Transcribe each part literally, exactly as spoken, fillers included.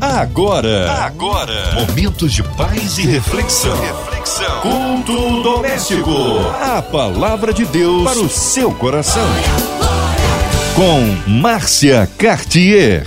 Agora, agora, momentos de paz e reflexão. Reflexão. Culto doméstico. A palavra de Deus para o seu coração. Com Márcia Cartier.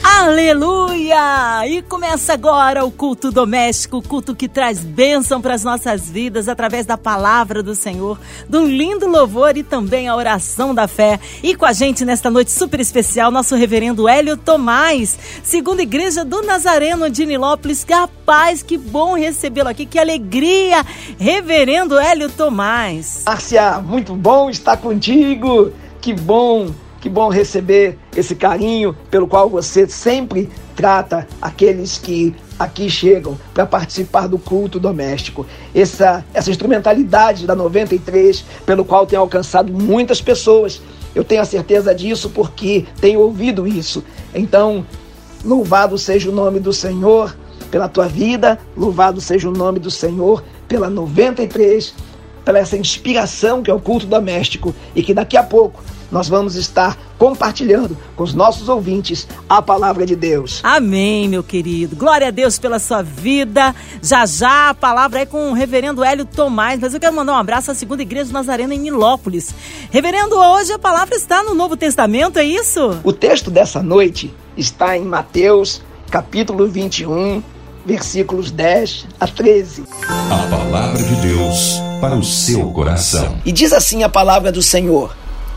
Aleluia! E começa agora o culto doméstico, o culto que traz bênção para as nossas vidas através da palavra do Senhor, de um lindo louvor e também a oração da fé. E com a gente nesta noite super especial, nosso reverendo Hélio Tomás, segunda igreja do Nazareno de Nilópolis. Rapaz, que bom recebê-lo aqui, que alegria, reverendo Hélio Tomás. Márcia, muito bom estar contigo, que bom. Que bom receber esse carinho pelo qual você sempre trata aqueles que aqui chegam para participar do culto doméstico. Essa, essa instrumentalidade da noventa e três, pelo qual tem alcançado muitas pessoas. Eu tenho a certeza disso porque tenho ouvido isso. Então, louvado seja o nome do Senhor pela tua vida, louvado seja o nome do Senhor pela noventa e três, pela essa inspiração que é o culto doméstico e que daqui a pouco nós vamos estar compartilhando com os nossos ouvintes a palavra de Deus. Amém, meu querido. Glória a Deus pela sua vida. Já já a palavra é com o reverendo Hélio Tomás, mas eu quero mandar um abraço à segunda igreja do Nazareno em Nilópolis. Reverendo, hoje a palavra está no Novo Testamento, é isso? O texto dessa noite está em Mateus, capítulo vinte e um, versículos dez a treze. A palavra de Deus para o seu coração. E diz assim a palavra do Senhor: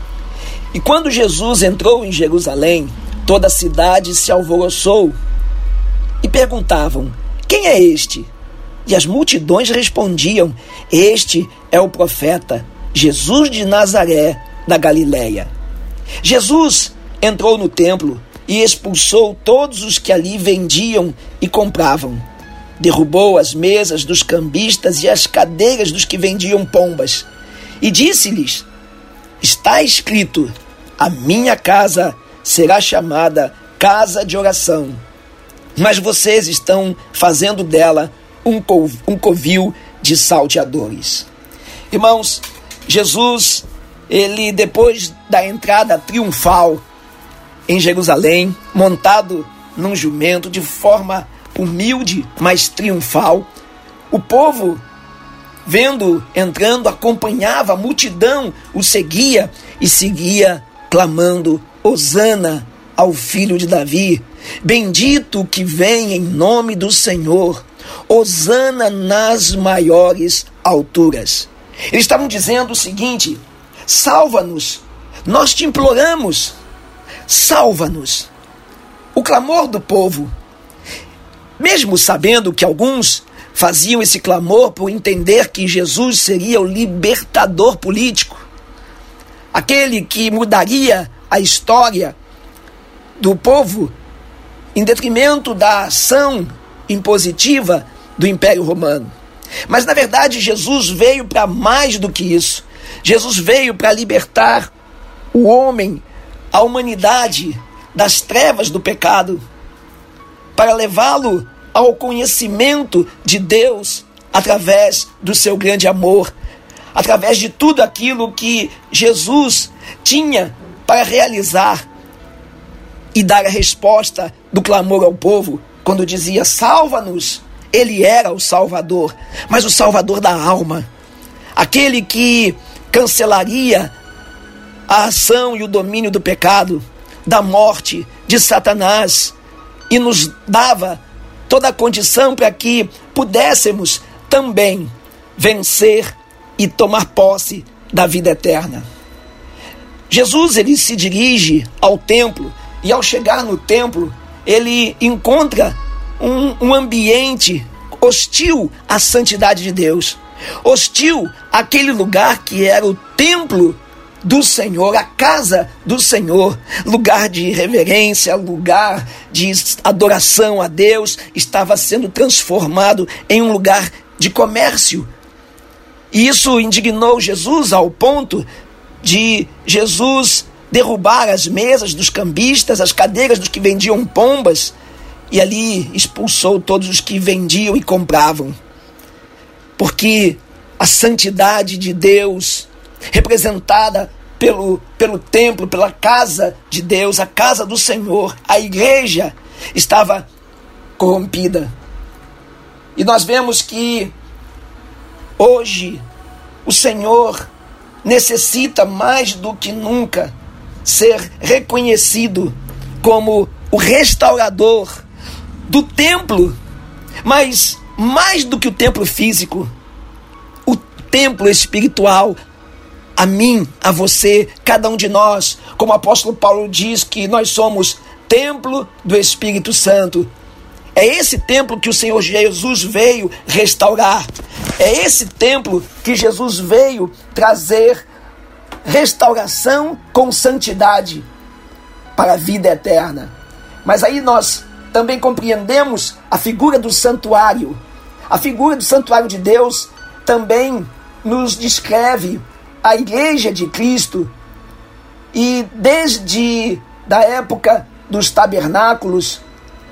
E quando Jesus entrou em Jerusalém, toda a cidade se alvoroçou e perguntavam: quem é este? E as multidões respondiam: este é o profeta Jesus de Nazaré, da Galileia. Jesus entrou no templo e expulsou todos os que ali vendiam e compravam. Derrubou as mesas dos cambistas e as cadeiras dos que vendiam pombas. E disse-lhes: está escrito, a minha casa será chamada casa de oração, mas vocês estão fazendo dela um, cov- um covil de salteadores. Irmãos, Jesus, ele depois da entrada triunfal em Jerusalém, montado num jumento de forma humilde, mas triunfal, o povo, vendo, entrando, acompanhava, a multidão o seguia e seguia clamando: Hosana ao filho de Davi, bendito que vem em nome do Senhor, Hosana nas maiores alturas. Eles estavam dizendo o seguinte: salva-nos, nós te imploramos, salva-nos. O clamor do povo, mesmo sabendo que alguns faziam esse clamor por entender que Jesus seria o libertador político, aquele que mudaria a história do povo em detrimento da ação impositiva do Império Romano. Mas, na verdade, Jesus veio para mais do que isso. Jesus veio para libertar o homem, a humanidade, das trevas do pecado, para levá-lo ao conhecimento de Deus através do seu grande amor, através de tudo aquilo que Jesus tinha para realizar e dar a resposta do clamor ao povo. Quando dizia salva-nos, ele era o Salvador, mas o Salvador da alma, aquele que cancelaria a ação e o domínio do pecado, da morte, de Satanás, e nos dava toda a condição para que pudéssemos também vencer e tomar posse da vida eterna. Jesus, ele se dirige ao templo, e ao chegar no templo, ele encontra um, um ambiente hostil à santidade de Deus, hostil àquele lugar que era o templo do Senhor, a casa do Senhor, lugar de reverência, lugar de adoração a Deus, estava sendo transformado em um lugar de comércio. E isso indignou Jesus ao ponto de Jesus derrubar as mesas dos cambistas, as cadeiras dos que vendiam pombas, e ali expulsou todos os que vendiam e compravam. Porque a santidade de Deus, representada pelo, pelo templo, pela casa de Deus, a casa do Senhor, a igreja, estava corrompida. E nós vemos que hoje o Senhor necessita mais do que nunca ser reconhecido como o restaurador do templo, mas mais do que o templo físico, o templo espiritual, a mim, a você, cada um de nós, como o apóstolo Paulo diz que nós somos templo do Espírito Santo. É esse templo que o Senhor Jesus veio restaurar. É esse templo que Jesus veio trazer restauração com santidade para a vida eterna. Mas aí nós também compreendemos a figura do santuário. A figura do santuário de Deus também nos descreve a igreja de Cristo. E desde da época dos tabernáculos,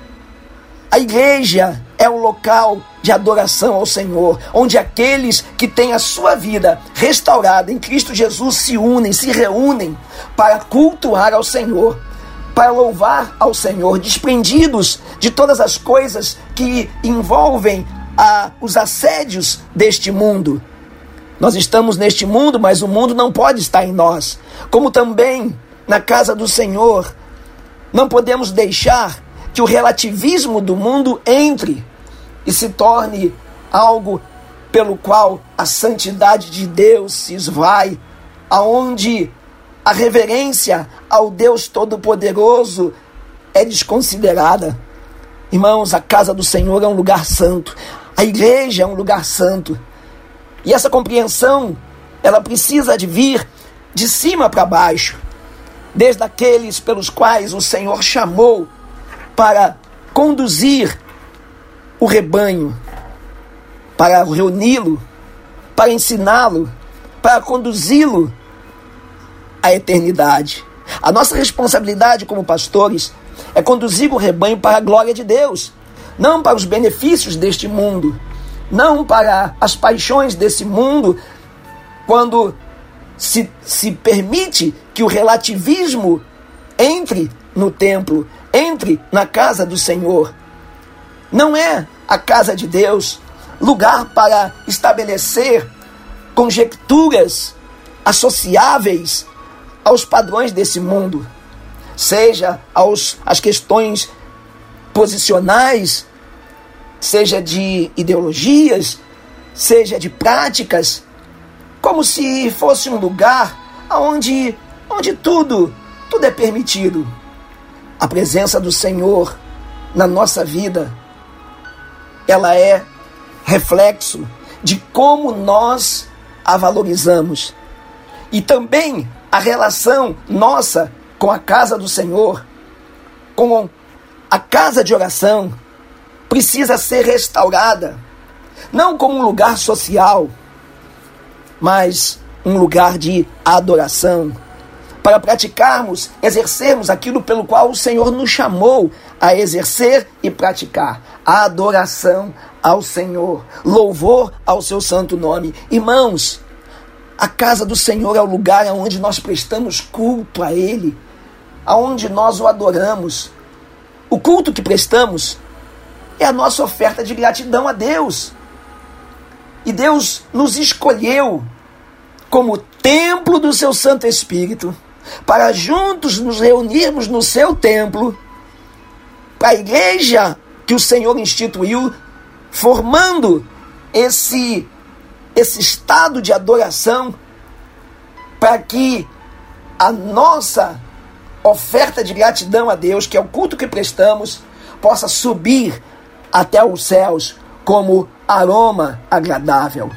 a igreja é o local de adoração ao Senhor, onde aqueles que têm a sua vida restaurada em Cristo Jesus se unem, se reúnem para cultuar ao Senhor, para louvar ao Senhor, desprendidos de todas as coisas que envolvem a, os assédios deste mundo. Nós estamos neste mundo, mas o mundo não pode estar em nós. Como também na casa do Senhor, não podemos deixar que o relativismo do mundo entre e se torne algo pelo qual a santidade de Deus se esvai, aonde a reverência ao Deus Todo-Poderoso é desconsiderada. Irmãos, a casa do Senhor é um lugar santo, a igreja é um lugar santo. E essa compreensão, ela precisa de vir de cima para baixo, desde aqueles pelos quais o Senhor chamou para conduzir o rebanho, para reuni-lo, para ensiná-lo, para conduzi-lo à eternidade. A nossa responsabilidade como pastores é conduzir o rebanho para a glória de Deus, não para os benefícios deste mundo, não para as paixões desse mundo, quando se, se permite que o relativismo entre no templo, entre na casa do Senhor. Não é a casa de Deus lugar para estabelecer conjecturas associáveis aos padrões desse mundo, seja aos, às questões posicionais, seja de ideologias, seja de práticas, como se fosse um lugar onde, onde tudo, tudo é permitido. A presença do Senhor na nossa vida, ela é reflexo de como nós a valorizamos. E também a relação nossa com a casa do Senhor, com a casa de oração, precisa ser restaurada, não como um lugar social, mas um lugar de adoração, para praticarmos, exercermos aquilo pelo qual o Senhor nos chamou a exercer e praticar, a adoração ao Senhor, louvor ao seu santo nome. Irmãos, a casa do Senhor é o lugar onde nós prestamos culto a Ele, aonde nós o adoramos. O culto que prestamos é a nossa oferta de gratidão a Deus. E Deus nos escolheu como templo do seu Santo Espírito, para juntos nos reunirmos no seu templo, para a igreja que o Senhor instituiu, formando esse, esse estado de adoração, para que a nossa oferta de gratidão a Deus, que é o culto que prestamos, possa subir até os céus como aroma agradável.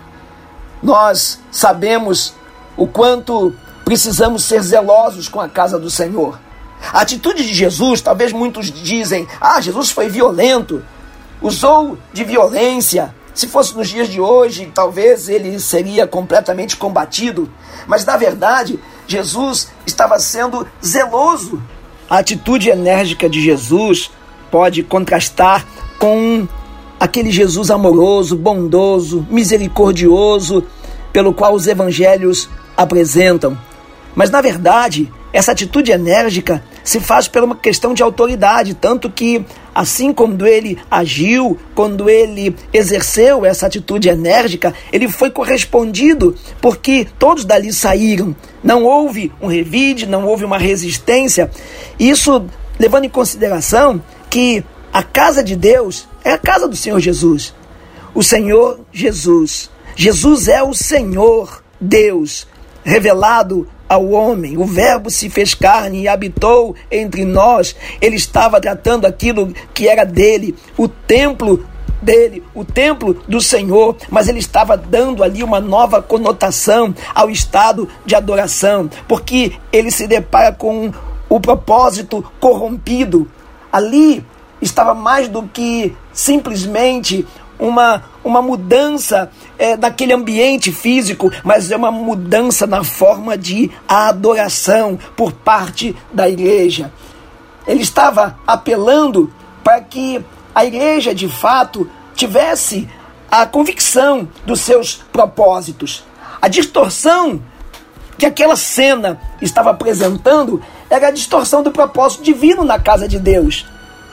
Nós sabemos o quanto precisamos ser zelosos com a casa do Senhor. A atitude de Jesus, talvez muitos dizem, ah, Jesus foi violento, usou de violência. Se fosse nos dias de hoje, talvez ele seria completamente combatido. Mas, na verdade, Jesus estava sendo zeloso. A atitude enérgica de Jesus pode contrastar com aquele Jesus amoroso, bondoso, misericordioso, pelo qual os evangelhos apresentam. Mas, na verdade, essa atitude enérgica se faz por uma questão de autoridade, tanto que assim quando ele agiu, quando ele exerceu essa atitude enérgica, ele foi correspondido, porque todos dali saíram. Não houve um revide, não houve uma resistência. Isso levando em consideração que a casa de Deus é a casa do Senhor Jesus. O Senhor Jesus. Jesus é o Senhor Deus, revelado ao homem. O Verbo se fez carne e habitou entre nós. Ele estava tratando aquilo que era dele, o templo dele, o templo do Senhor, mas ele estava dando ali uma nova conotação ao estado de adoração, porque ele se depara com o propósito corrompido. Ali estava mais do que simplesmente uma, uma mudança é, daquele ambiente físico, mas é uma mudança na forma de adoração por parte da igreja. Ele estava apelando para que a igreja, de fato, tivesse a convicção dos seus propósitos. A distorção que aquela cena estava apresentando era a distorção do propósito divino na casa de Deus.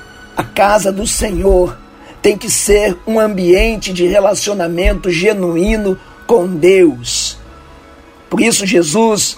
A casa do Senhor tem que ser um ambiente de relacionamento genuíno com Deus. Por isso Jesus,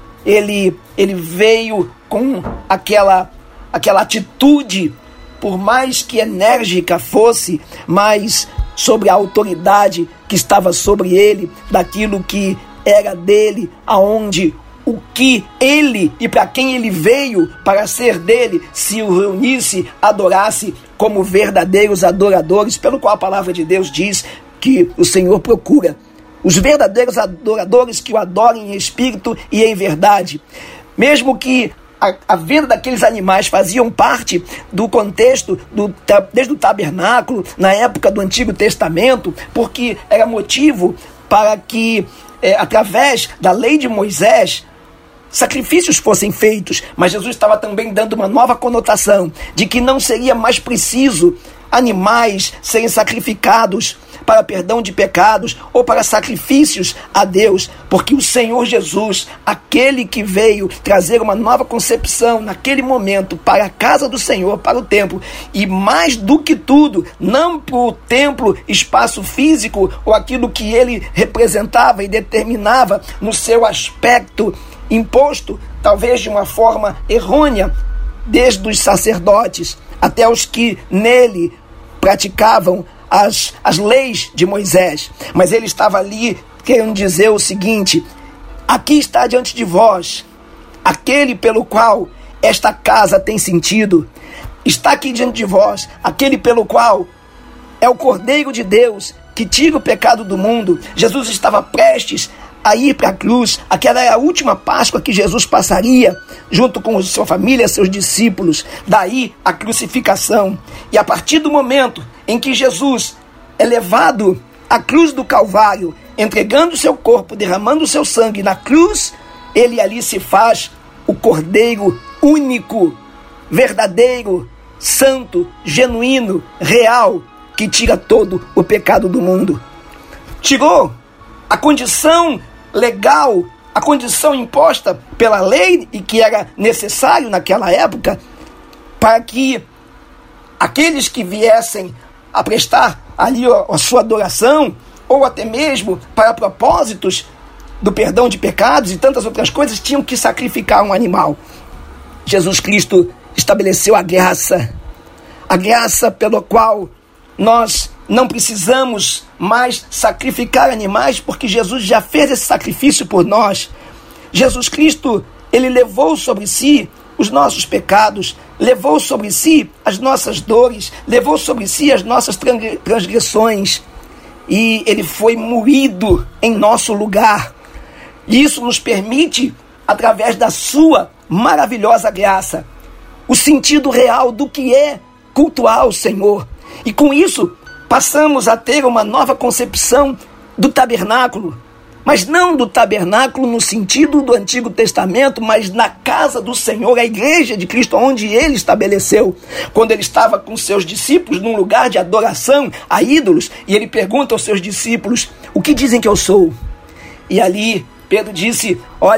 ele, ele veio com aquela, aquela atitude, por mais que enérgica fosse, mas sobre a autoridade que estava sobre ele, daquilo que era dele, aonde o que ele e para quem ele veio para ser dele se o reunisse, adorasse como verdadeiros adoradores, pelo qual a palavra de Deus diz que o Senhor procura os verdadeiros adoradores que o adorem em espírito e em verdade. Mesmo que a, a venda daqueles animais faziam parte do contexto do, desde o tabernáculo, na época do Antigo Testamento, porque era motivo para que, é, através da lei de Moisés, sacrifícios fossem feitos, mas Jesus estava também dando uma nova conotação de que não seria mais preciso animais serem sacrificados para perdão de pecados ou para sacrifícios a Deus, porque o Senhor Jesus, aquele que veio trazer uma nova concepção naquele momento para a casa do Senhor, para o templo, e mais do que tudo, não para o templo, espaço físico ou aquilo que ele representava e determinava no seu aspecto imposto, talvez de uma forma errônea, desde os sacerdotes até os que nele praticavam as, as leis de Moisés. Mas ele estava ali querendo dizer o seguinte: aqui está diante de vós aquele pelo qual esta casa tem sentido. Está aqui diante de vós aquele pelo qual é o Cordeiro de Deus que tira o pecado do mundo. Jesus estava prestes a ir para a cruz. Aquela era a última Páscoa que Jesus passaria junto com sua família, seus discípulos. Daí a crucificação. E a partir do momento em que Jesus é levado à cruz do Calvário, entregando seu corpo, derramando seu sangue na cruz, ele ali se faz o Cordeiro único, verdadeiro, santo, genuíno, real, que tira todo o pecado do mundo. Tirou a condição legal, a condição imposta pela lei e que era necessário naquela época para que aqueles que viessem a prestar ali a sua adoração, ou até mesmo para propósitos do perdão de pecados e tantas outras coisas, tinham que sacrificar um animal. Jesus Cristo estabeleceu a graça, a graça pela qual nós não precisamos mais sacrificar animais, porque Jesus já fez esse sacrifício por nós. Jesus Cristo, ele levou sobre si os nossos pecados, levou sobre si as nossas dores, levou sobre si as nossas transgressões, e ele foi moído em nosso lugar. E isso nos permite, através da sua maravilhosa graça, o sentido real do que é cultuar o Senhor. E com isso, passamos a ter uma nova concepção do tabernáculo, mas não do tabernáculo no sentido do Antigo Testamento, mas na casa do Senhor, a igreja de Cristo, onde ele estabeleceu, quando ele estava com seus discípulos num lugar de adoração a ídolos, e ele pergunta aos seus discípulos: o que dizem que eu sou? E ali Pedro disse: olha,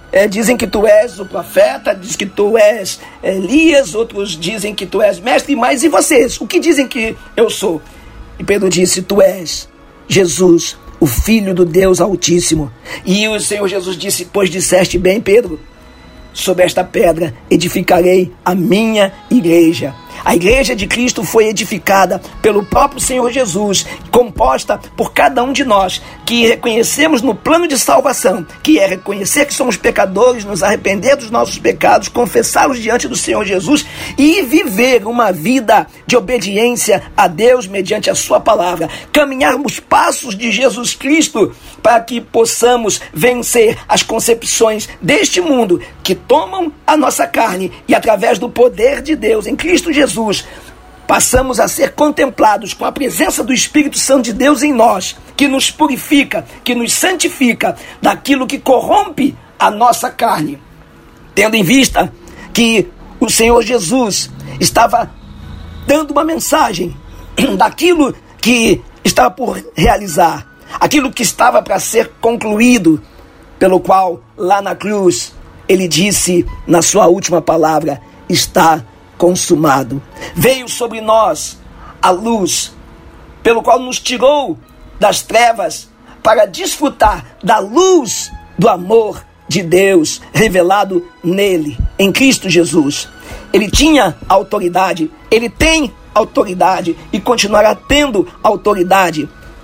é, dizem que tu és o profeta, diz que tu és Elias, outros dizem que tu és mestre, mas e vocês? O que dizem que eu sou? E Pedro disse, tu és Jesus, o Filho do Deus Altíssimo. E o Senhor Jesus disse, pois disseste bem, Pedro, sobre esta pedra edificarei a minha igreja. A igreja de Cristo foi edificada pelo próprio Senhor Jesus, composta por cada um de nós, que reconhecemos no plano de salvação, que é reconhecer que somos pecadores, nos arrepender dos nossos pecados, confessá-los diante do Senhor Jesus e viver uma vida de obediência a Deus mediante a sua palavra, caminharmos passos de Jesus Cristo para que possamos vencer as concepções deste mundo que tomam a nossa carne e através do poder de Deus em Cristo Jesus Jesus, passamos a ser contemplados com a presença do Espírito Santo de Deus em nós, que nos purifica, que nos santifica daquilo que corrompe a nossa carne. Tendo em vista que o Senhor Jesus estava dando uma mensagem daquilo que estava por realizar, aquilo que estava para ser concluído, pelo qual lá na cruz ele disse na sua última palavra, está consumado. Veio sobre nós a luz, pelo qual nos tirou das trevas para desfrutar da luz do amor de Deus revelado nele, em Cristo Jesus. Ele tinha autoridade, ele tem autoridade e continuará tendo autoridade.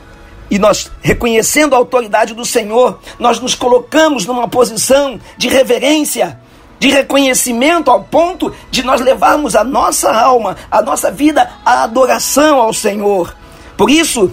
E nós, reconhecendo a autoridade do Senhor, nós nos colocamos numa posição de reverência, de reconhecimento ao ponto de nós levarmos a nossa alma, a nossa vida à adoração ao Senhor. Por isso,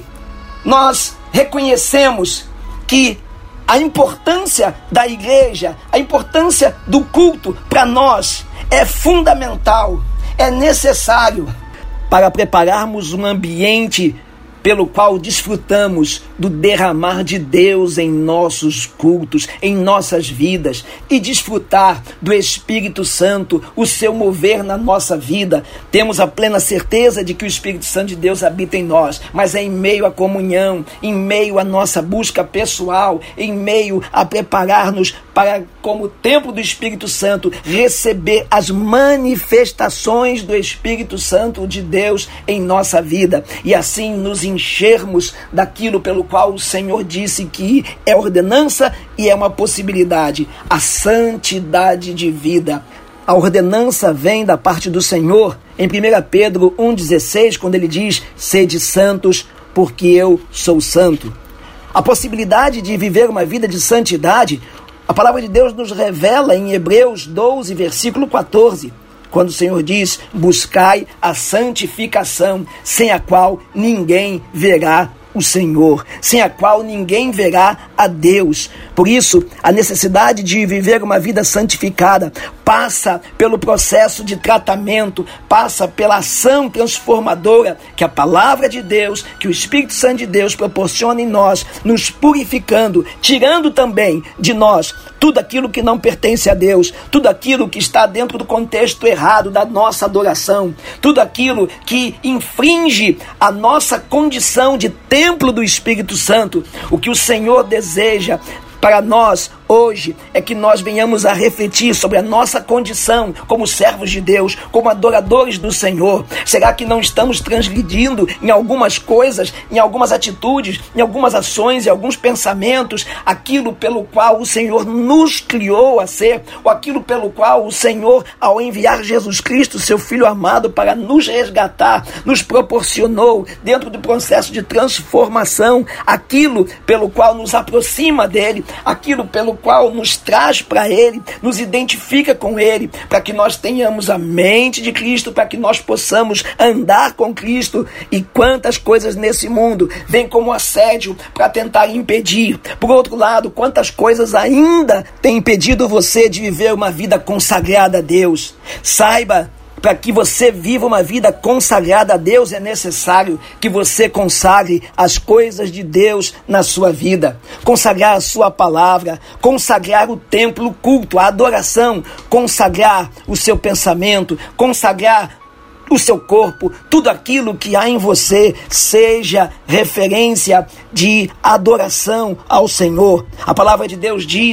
nós reconhecemos que a importância da igreja, a importância do culto para nós é fundamental, é necessário para prepararmos um ambiente pelo qual desfrutamos do derramar de Deus em nossos cultos, em nossas vidas, e desfrutar do Espírito Santo, o seu mover na nossa vida. Temos a plena certeza de que o Espírito Santo de Deus habita em nós, mas é em meio à comunhão, em meio à nossa busca pessoal, em meio a preparar-nos para, como templo do Espírito Santo, receber as manifestações do Espírito Santo de Deus em nossa vida, e assim nos enchermos daquilo pelo qual o Senhor disse que é ordenança e é uma possibilidade, a santidade de vida. A ordenança vem da parte do Senhor em primeira Pedro um dezesseis, quando ele diz, sede santos, porque eu sou santo. A possibilidade de viver uma vida de santidade, a palavra de Deus nos revela em Hebreus doze, versículo quatorze, quando o Senhor diz, buscai a santificação, sem a qual ninguém verá o Senhor, sem a qual ninguém verá a Deus. Por isso, a necessidade de viver uma vida santificada passa pelo processo de tratamento, passa pela ação transformadora que a palavra de Deus, que o Espírito Santo de Deus proporciona em nós, nos purificando, tirando também de nós tudo aquilo que não pertence a Deus, tudo aquilo que está dentro do contexto errado da nossa adoração, tudo aquilo que infringe a nossa condição de templo do Espírito Santo. O que o Senhor deseja para nós hoje é que nós venhamos a refletir sobre a nossa condição como servos de Deus, como adoradores do Senhor. Será que não estamos transgredindo em algumas coisas, em algumas atitudes, em algumas ações, em alguns pensamentos, aquilo pelo qual o Senhor nos criou a ser, ou aquilo pelo qual o Senhor, ao enviar Jesus Cristo, seu Filho amado, para nos resgatar, nos proporcionou, dentro do processo de transformação, aquilo pelo qual nos aproxima dele, aquilo pelo qual nos traz para Ele, nos identifica com Ele, para que nós tenhamos a mente de Cristo, para que nós possamos andar com Cristo. E quantas coisas nesse mundo vêm como assédio para tentar impedir. Por outro lado, quantas coisas ainda têm impedido você de viver uma vida consagrada a Deus. Saiba, para que você viva uma vida consagrada a Deus, é necessário que você consagre as coisas de Deus na sua vida. Consagrar a sua palavra, consagrar o templo, o culto, a adoração, consagrar o seu pensamento, consagrar o seu corpo, tudo aquilo que há em você seja referência de adoração ao Senhor. A palavra de Deus diz que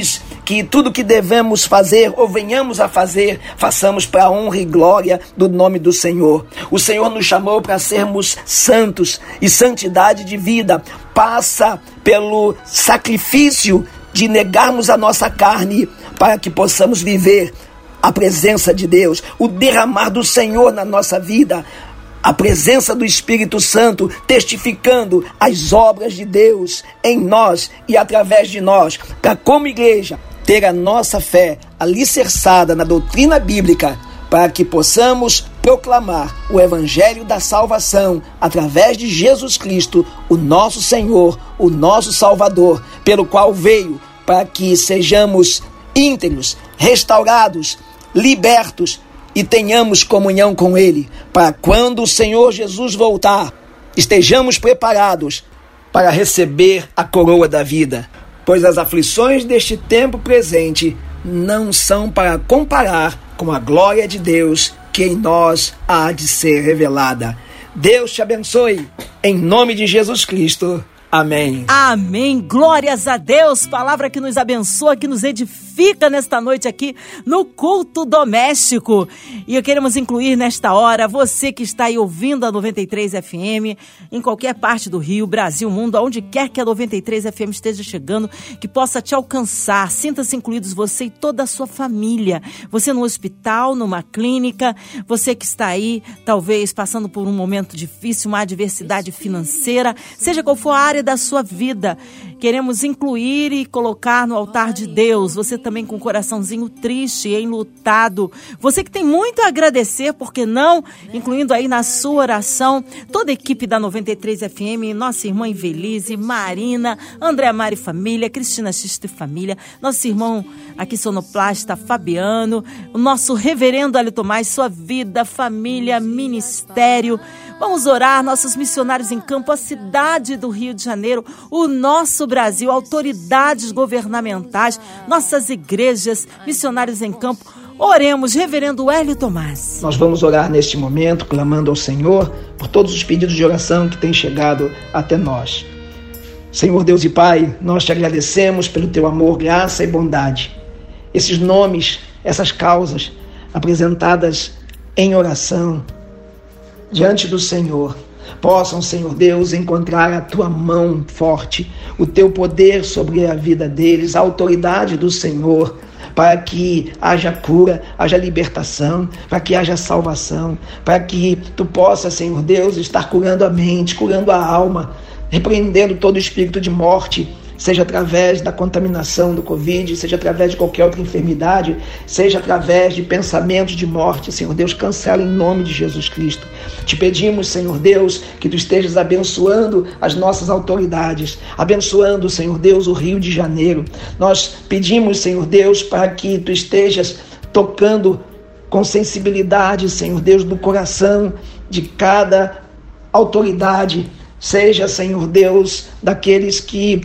que tudo que devemos fazer ou venhamos a fazer, façamos para a honra e glória do nome do Senhor. O Senhor nos chamou para sermos santos, e santidade de vida passa pelo sacrifício de negarmos a nossa carne para que possamos viver a presença de Deus, o derramar do Senhor na nossa vida, a presença do Espírito Santo testificando as obras de Deus em nós e através de nós, para como igreja ter a nossa fé alicerçada na doutrina bíblica, para que possamos proclamar o Evangelho da salvação através de Jesus Cristo, o nosso Senhor, o nosso Salvador, pelo qual veio para que sejamos íntegros, restaurados, libertos e tenhamos comunhão com Ele, para quando o Senhor Jesus voltar, estejamos preparados para receber a coroa da vida, pois as aflições deste tempo presente não são para comparar com a glória de Deus que em nós há de ser revelada. Deus te abençoe, em nome de Jesus Cristo. Amém. Amém. Glórias a Deus. Palavra que nos abençoa, que nos edifica nesta noite aqui no Culto Doméstico. E queremos incluir nesta hora você que está aí ouvindo a noventa e três F M, em qualquer parte do Rio, Brasil, mundo, aonde quer que a noventa e três F M esteja chegando, que possa te alcançar. Sinta-se incluídos você e toda a sua família. Você no hospital, numa clínica, você que está aí, talvez passando por um momento difícil, uma adversidade financeira, seja qual for a área da sua vida, queremos incluir e colocar no altar de Deus. Você também com o coraçãozinho triste, enlutado, você que tem muito a agradecer, por que não, incluindo aí na sua oração toda a equipe da noventa e três F M, nossa irmã Invelise, Marina, André Mari Família, Cristina Xisto e Família, nosso irmão aqui sonoplasta Fabiano, o nosso reverendo Hélio Tomás, sua vida, família, ministério. Vamos orar, nossos missionários em campo, a cidade do Rio de Janeiro, o nosso Brasil, autoridades governamentais, nossas igrejas, missionários em campo. Oremos, reverendo Hélio Tomás. Nós vamos orar neste momento, clamando ao Senhor por todos os pedidos de oração que têm chegado até nós. Senhor Deus e Pai, nós te agradecemos pelo teu amor, graça e bondade. Esses nomes, essas causas apresentadas em oração diante do Senhor, possam, Senhor Deus, encontrar a tua mão forte, o teu poder sobre a vida deles, a autoridade do Senhor, para que haja cura, haja libertação, para que haja salvação, para que tu possas, Senhor Deus, estar curando a mente, curando a alma, repreendendo todo espírito de morte, seja através da contaminação do Covid, seja através de qualquer outra enfermidade, seja através de pensamentos de morte. Senhor Deus, cancela em nome de Jesus Cristo. Te pedimos, Senhor Deus, que tu estejas abençoando as nossas autoridades, abençoando, Senhor Deus, o Rio de Janeiro. Nós pedimos, Senhor Deus, para que tu estejas tocando com sensibilidade, Senhor Deus, no coração de cada autoridade, seja, Senhor Deus, daqueles que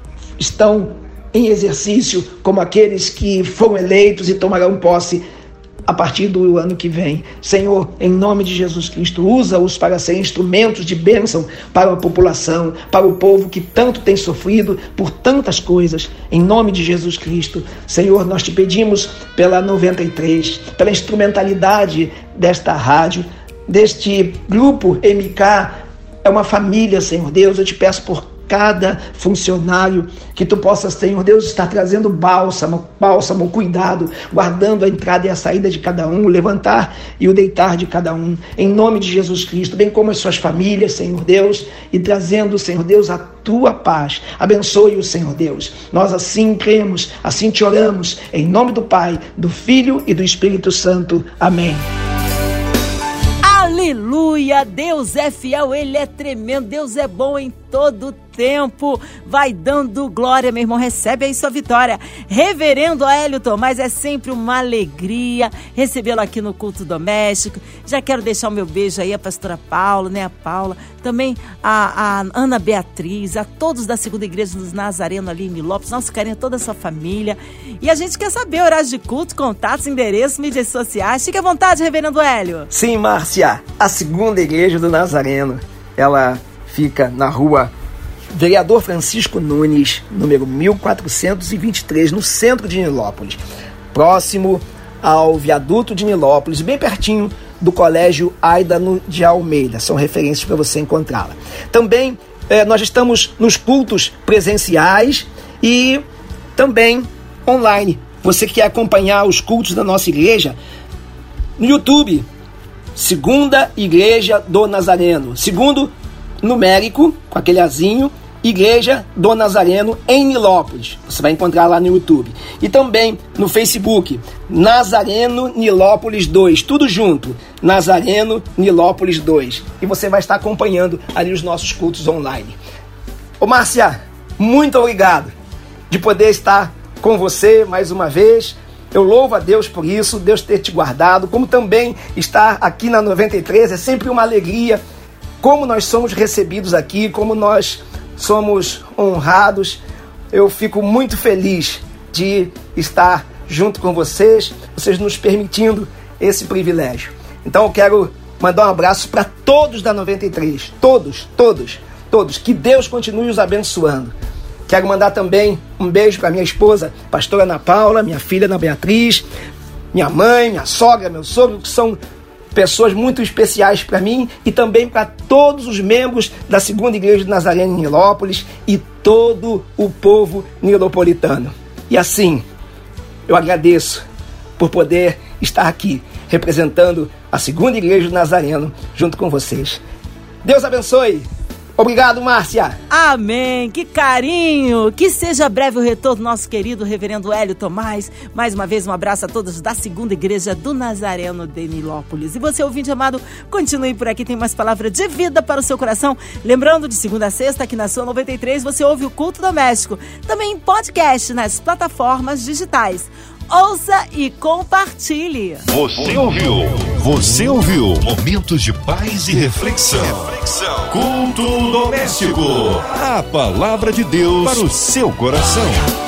estão em exercício, como aqueles que foram eleitos e tomarão posse a partir do ano que vem. Senhor, em nome de Jesus Cristo, usa-os para ser instrumentos de bênção para a população, para o povo que tanto tem sofrido por tantas coisas. Em nome de Jesus Cristo, Senhor, nós te pedimos pela noventa e três, pela instrumentalidade desta rádio, deste grupo M K, é uma família, Senhor Deus. Eu te peço por cada funcionário, que tu possas, Senhor Deus, estar trazendo bálsamo, bálsamo, cuidado, guardando a entrada e a saída de cada um, o levantar e o deitar de cada um, em nome de Jesus Cristo, bem como as suas famílias, Senhor Deus, e trazendo, Senhor Deus, a tua paz. Abençoe-o, Senhor Deus. Nós assim cremos, assim te oramos, em nome do Pai, do Filho e do Espírito Santo. Amém. Aleluia, Deus é fiel, Ele é tremendo, Deus é bom em todo tempo, vai dando glória, meu irmão, recebe aí sua vitória. Reverendo Hélio Tomás, é sempre uma alegria recebê-lo aqui no Culto Doméstico. Já quero deixar o meu beijo aí a pastora Paula, né, a Paula, também a, a Ana Beatriz, a todos da Segunda Igreja dos Nazarenos ali em Milópolis, nosso carinho, toda a sua família. E a gente quer saber horários de culto, contatos, endereços, mídias sociais. Fique à vontade, reverendo Hélio. Sim, Márcia, a Segunda Igreja do Nazareno, ela fica na rua Vereador Francisco Nunes, número mil quatrocentos e vinte e três, no centro de Nilópolis, próximo ao viaduto de Nilópolis, bem pertinho do Colégio Aidano de Almeida. São referências para você encontrá-la. Também eh, nós estamos nos cultos presenciais e também online. Você que quer acompanhar os cultos da nossa igreja no YouTube, Segunda Igreja do Nazareno, segundo numérico, com aquele azinho, Igreja do Nazareno em Nilópolis. Você vai encontrar lá no YouTube. E também no Facebook, Nazareno Nilópolis dois, tudo junto, Nazareno Nilópolis dois. E você vai estar acompanhando ali os nossos cultos online. Ô Márcia, muito obrigado de poder estar com você mais uma vez. Eu louvo a Deus por isso, Deus ter te guardado, como também estar aqui na noventa e três, é sempre uma alegria, como nós somos recebidos aqui, como nós somos honrados. Eu fico muito feliz de estar junto com vocês, vocês nos permitindo esse privilégio. Então eu quero mandar um abraço para todos da noventa e três, todos, todos, todos, que Deus continue os abençoando. Quero mandar também um beijo para minha esposa, pastora Ana Paula, minha filha Ana Beatriz, minha mãe, minha sogra, meu sogro, que são pessoas muito especiais para mim, e também para todos os membros da Segunda Igreja de Nazareno em Nilópolis e todo o povo nilopolitano. E assim, eu agradeço por poder estar aqui representando a Segunda Igreja de Nazareno junto com vocês. Deus abençoe! Obrigado, Márcia. Amém. Que carinho. Que seja breve o retorno do nosso querido reverendo Hélio Tomás. Mais uma vez, um abraço a todos da Segunda Igreja do Nazareno de Nilópolis. E você, ouvinte amado, continue por aqui. Tem mais palavra de vida para o seu coração. Lembrando, de segunda a sexta, aqui na sua noventa e três, você ouve o Culto Doméstico. Também em podcast nas plataformas digitais. Ouça e compartilhe. Você ouviu? Você ouviu? Momentos de paz e reflexão. reflexão. Culto doméstico. A palavra de Deus para o seu coração.